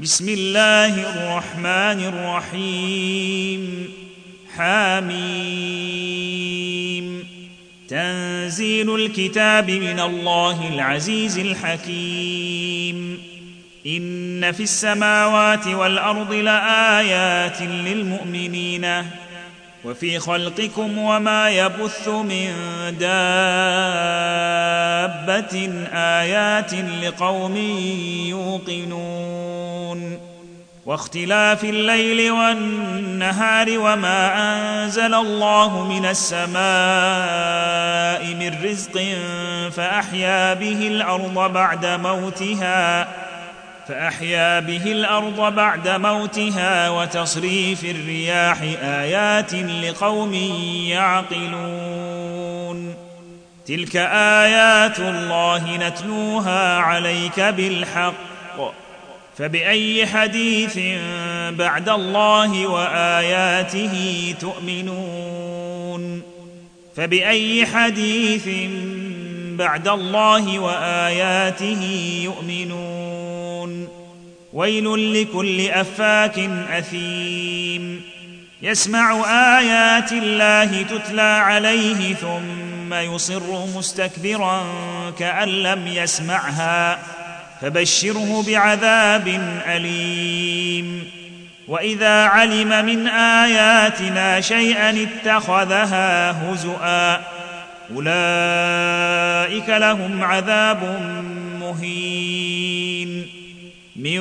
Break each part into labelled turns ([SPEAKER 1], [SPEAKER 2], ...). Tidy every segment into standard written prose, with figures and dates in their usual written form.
[SPEAKER 1] بسم الله الرحمن الرحيم حميم تنزيل الكتاب من الله العزيز الحكيم إن في السماوات والأرض لآيات للمؤمنين وفي خلقكم وما يبث من دابة آيات لقوم يوقنون واختلاف الليل والنهار وما أنزل الله من السماء من رزق فأحيا به الأرض بعد موتها وتصريف الرياح آيات لقوم يعقلون تلك آيات الله نتلوها عليك بالحق فبأي حديث بعد الله وآياته تؤمنون ويل لكل أفاك أثيم يسمع آيات الله تتلى عليه ثم يصر مستكبرا كأن لم يسمعها فبشره بعذاب أليم وإذا علم من آياتنا شيئا اتخذها هزؤا أولئك لهم عذاب مهين من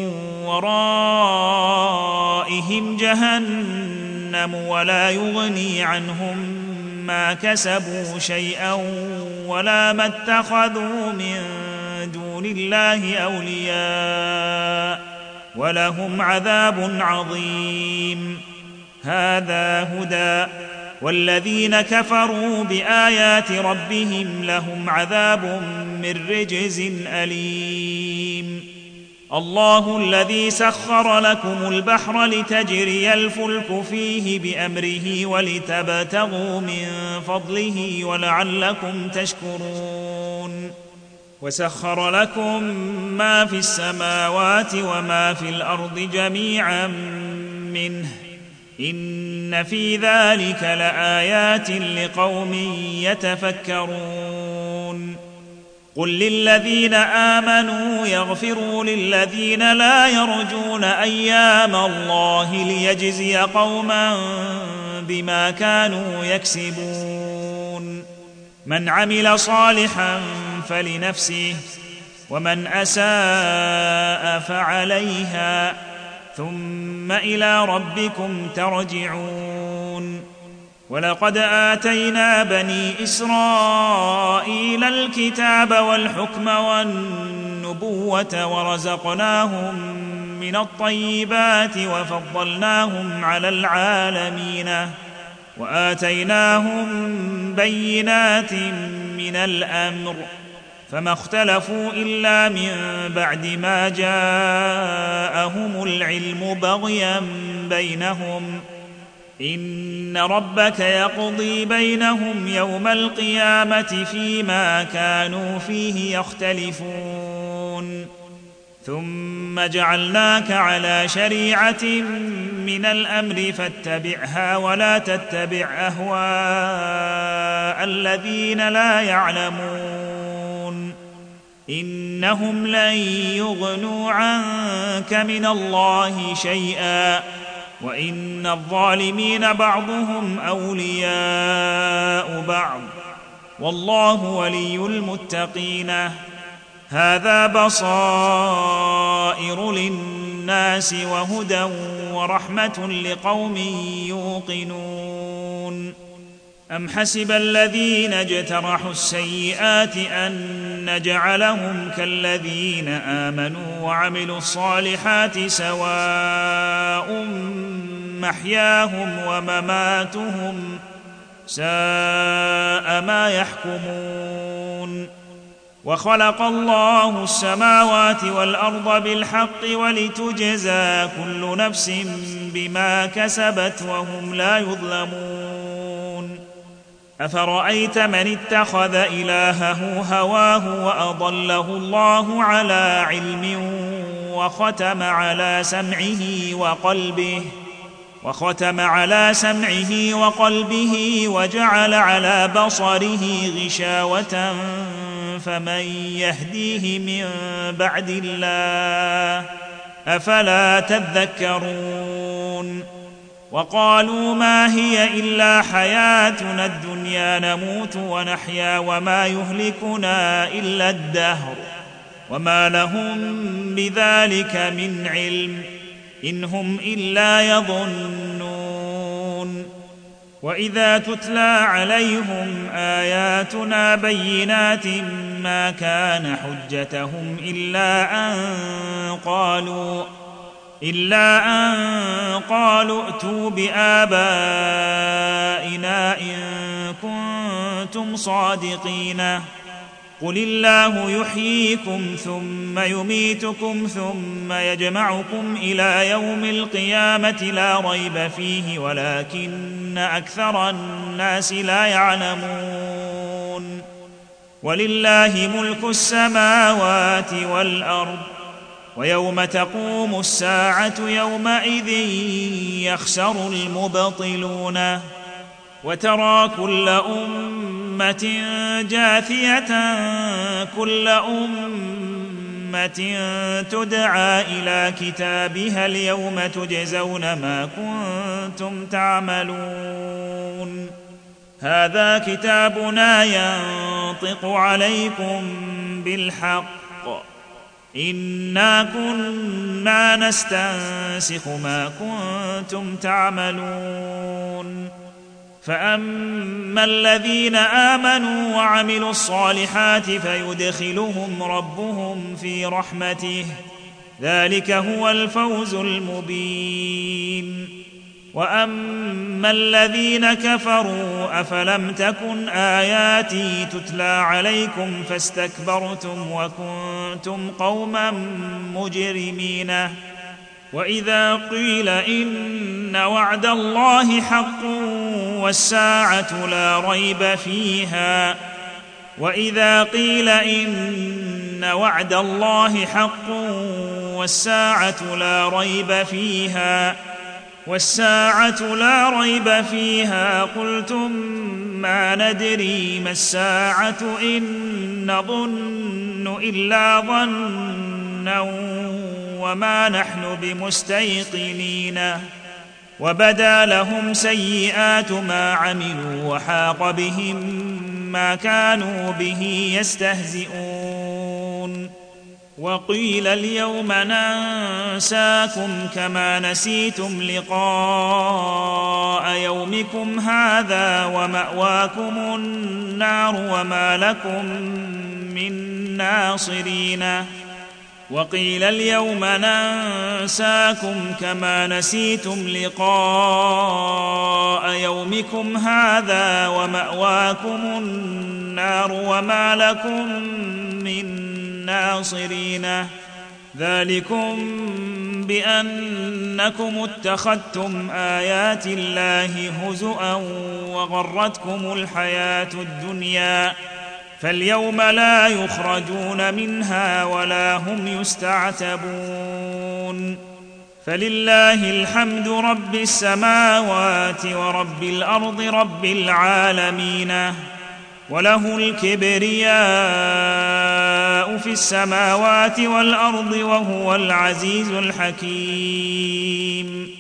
[SPEAKER 1] ورائهم جهنم ولا يغني عنهم ما كسبوا شيئا ولا ما اتخذوا من دون الله أولياء ولهم عذاب عظيم هذا هدى والذين كفروا بآيات ربهم لهم عذاب من رجز أليم الله الذي سخر لكم البحر لتجري الفلك فيه بأمره ولتبتغوا من فضله ولعلكم تشكرون وسخر لكم ما في السماوات وما في الأرض جميعا منه إن في ذلك لآيات لقوم يتفكرون قل للذين آمنوا يغفروا للذين لا يرجون أيام الله ليجزي قوما بما كانوا يكسبون من عمل صالحا فلنفسه ومن أساء فعليها ثم إلى ربكم ترجعون ولقد آتينا بني إسرائيل الكتاب والحكم والنبوة ورزقناهم من الطيبات وفضلناهم على العالمين وآتيناهم بينات من الأمر فما اختلفوا إلا من بعد ما جاءهم العلم بغيا بينهم إن ربك يقضي بينهم يوم القيامة فيما كانوا فيه يختلفون ثم جعلناك على شريعة من الأمر فاتبعها ولا تتبع أهواء الذين لا يعلمون إنهم لن يغنوا عنك من الله شيئا وإن الظالمين بعضهم أولياء بعض والله ولي المتقين هذا بصائر للناس وهدى ورحمة لقوم يوقنون أم حسب الذين اجترحوا السيئات أن نجعلهم كالذين آمنوا وعملوا الصالحات سواء محياهم ومماتهم ساء ما يحكمون وخلق الله السماوات والأرض بالحق ولتجزى كل نفس بما كسبت وهم لا يظلمون أفرأيت من اتخذ إلهه هواه وأضله الله على علم وختم على سمعه وقلبه وجعل على بصره غشاوة فمن يهديه من بعد الله أفلا تذكرون وقالوا ما هي إلا حياتنا الدنيا نموت ونحيا وما يهلكنا إلا الدهر وما لهم بذلك من علم إن هم إلا يظنون وإذا تتلى عليهم آياتنا بينات ما كان حجتهم إلا أن قالوا ائتوا بآبائنا إن كنتم صادقين قل الله يحييكم ثم يميتكم ثم يجمعكم إلى يوم القيامة لا ريب فيه ولكن أكثر الناس لا يعلمون ولله ملك السماوات والأرض ويوم تقوم الساعة يومئذ يخسر المبطلون وترى كل أمة جاثية كل أمة تدعى إلى كتابها اليوم تجزون ما كنتم تعملون هذا كتابنا ينطق عليكم بالحق إنا كنا نستنسخ ما كنتم تعملون فأما الذين آمنوا وعملوا الصالحات فيدخلهم ربهم في رحمته ذلك هو الفوز المبين وأما الذين كفروا أفلم تكن آياتي تتلى عليكم فاستكبرتم وكنتم قوما مجرمين وإذا قيل إن وعد الله حق والساعة لا ريب فيها وإذا قيل إن وعد الله حق والساعة لا ريب فيها قلتم ما ندري ما الساعة إن نظن إلا ظنا وما نحن بمستيقنين وبدا لهم سيئات ما عملوا وحاق بهم ما كانوا به يستهزئون وقيل اليوم ننساكم كما نسيتم لقاء يومكم هذا ومأواكم النار وما لكم من ناصرين وقيل اليوم ننساكم كما نسيتم لقاء يومكم هذا ومأواكم النار وما لكم من ناصرين ذلكم بأنكم اتخذتم آيات الله هزؤا وغرتكم الحياة الدنيا فاليوم لا يخرجون منها ولا هم يستعتبون فلله الحمد رب السماوات ورب الأرض رب العالمين وله الكبرياء في السماوات والأرض وهو العزيز الحكيم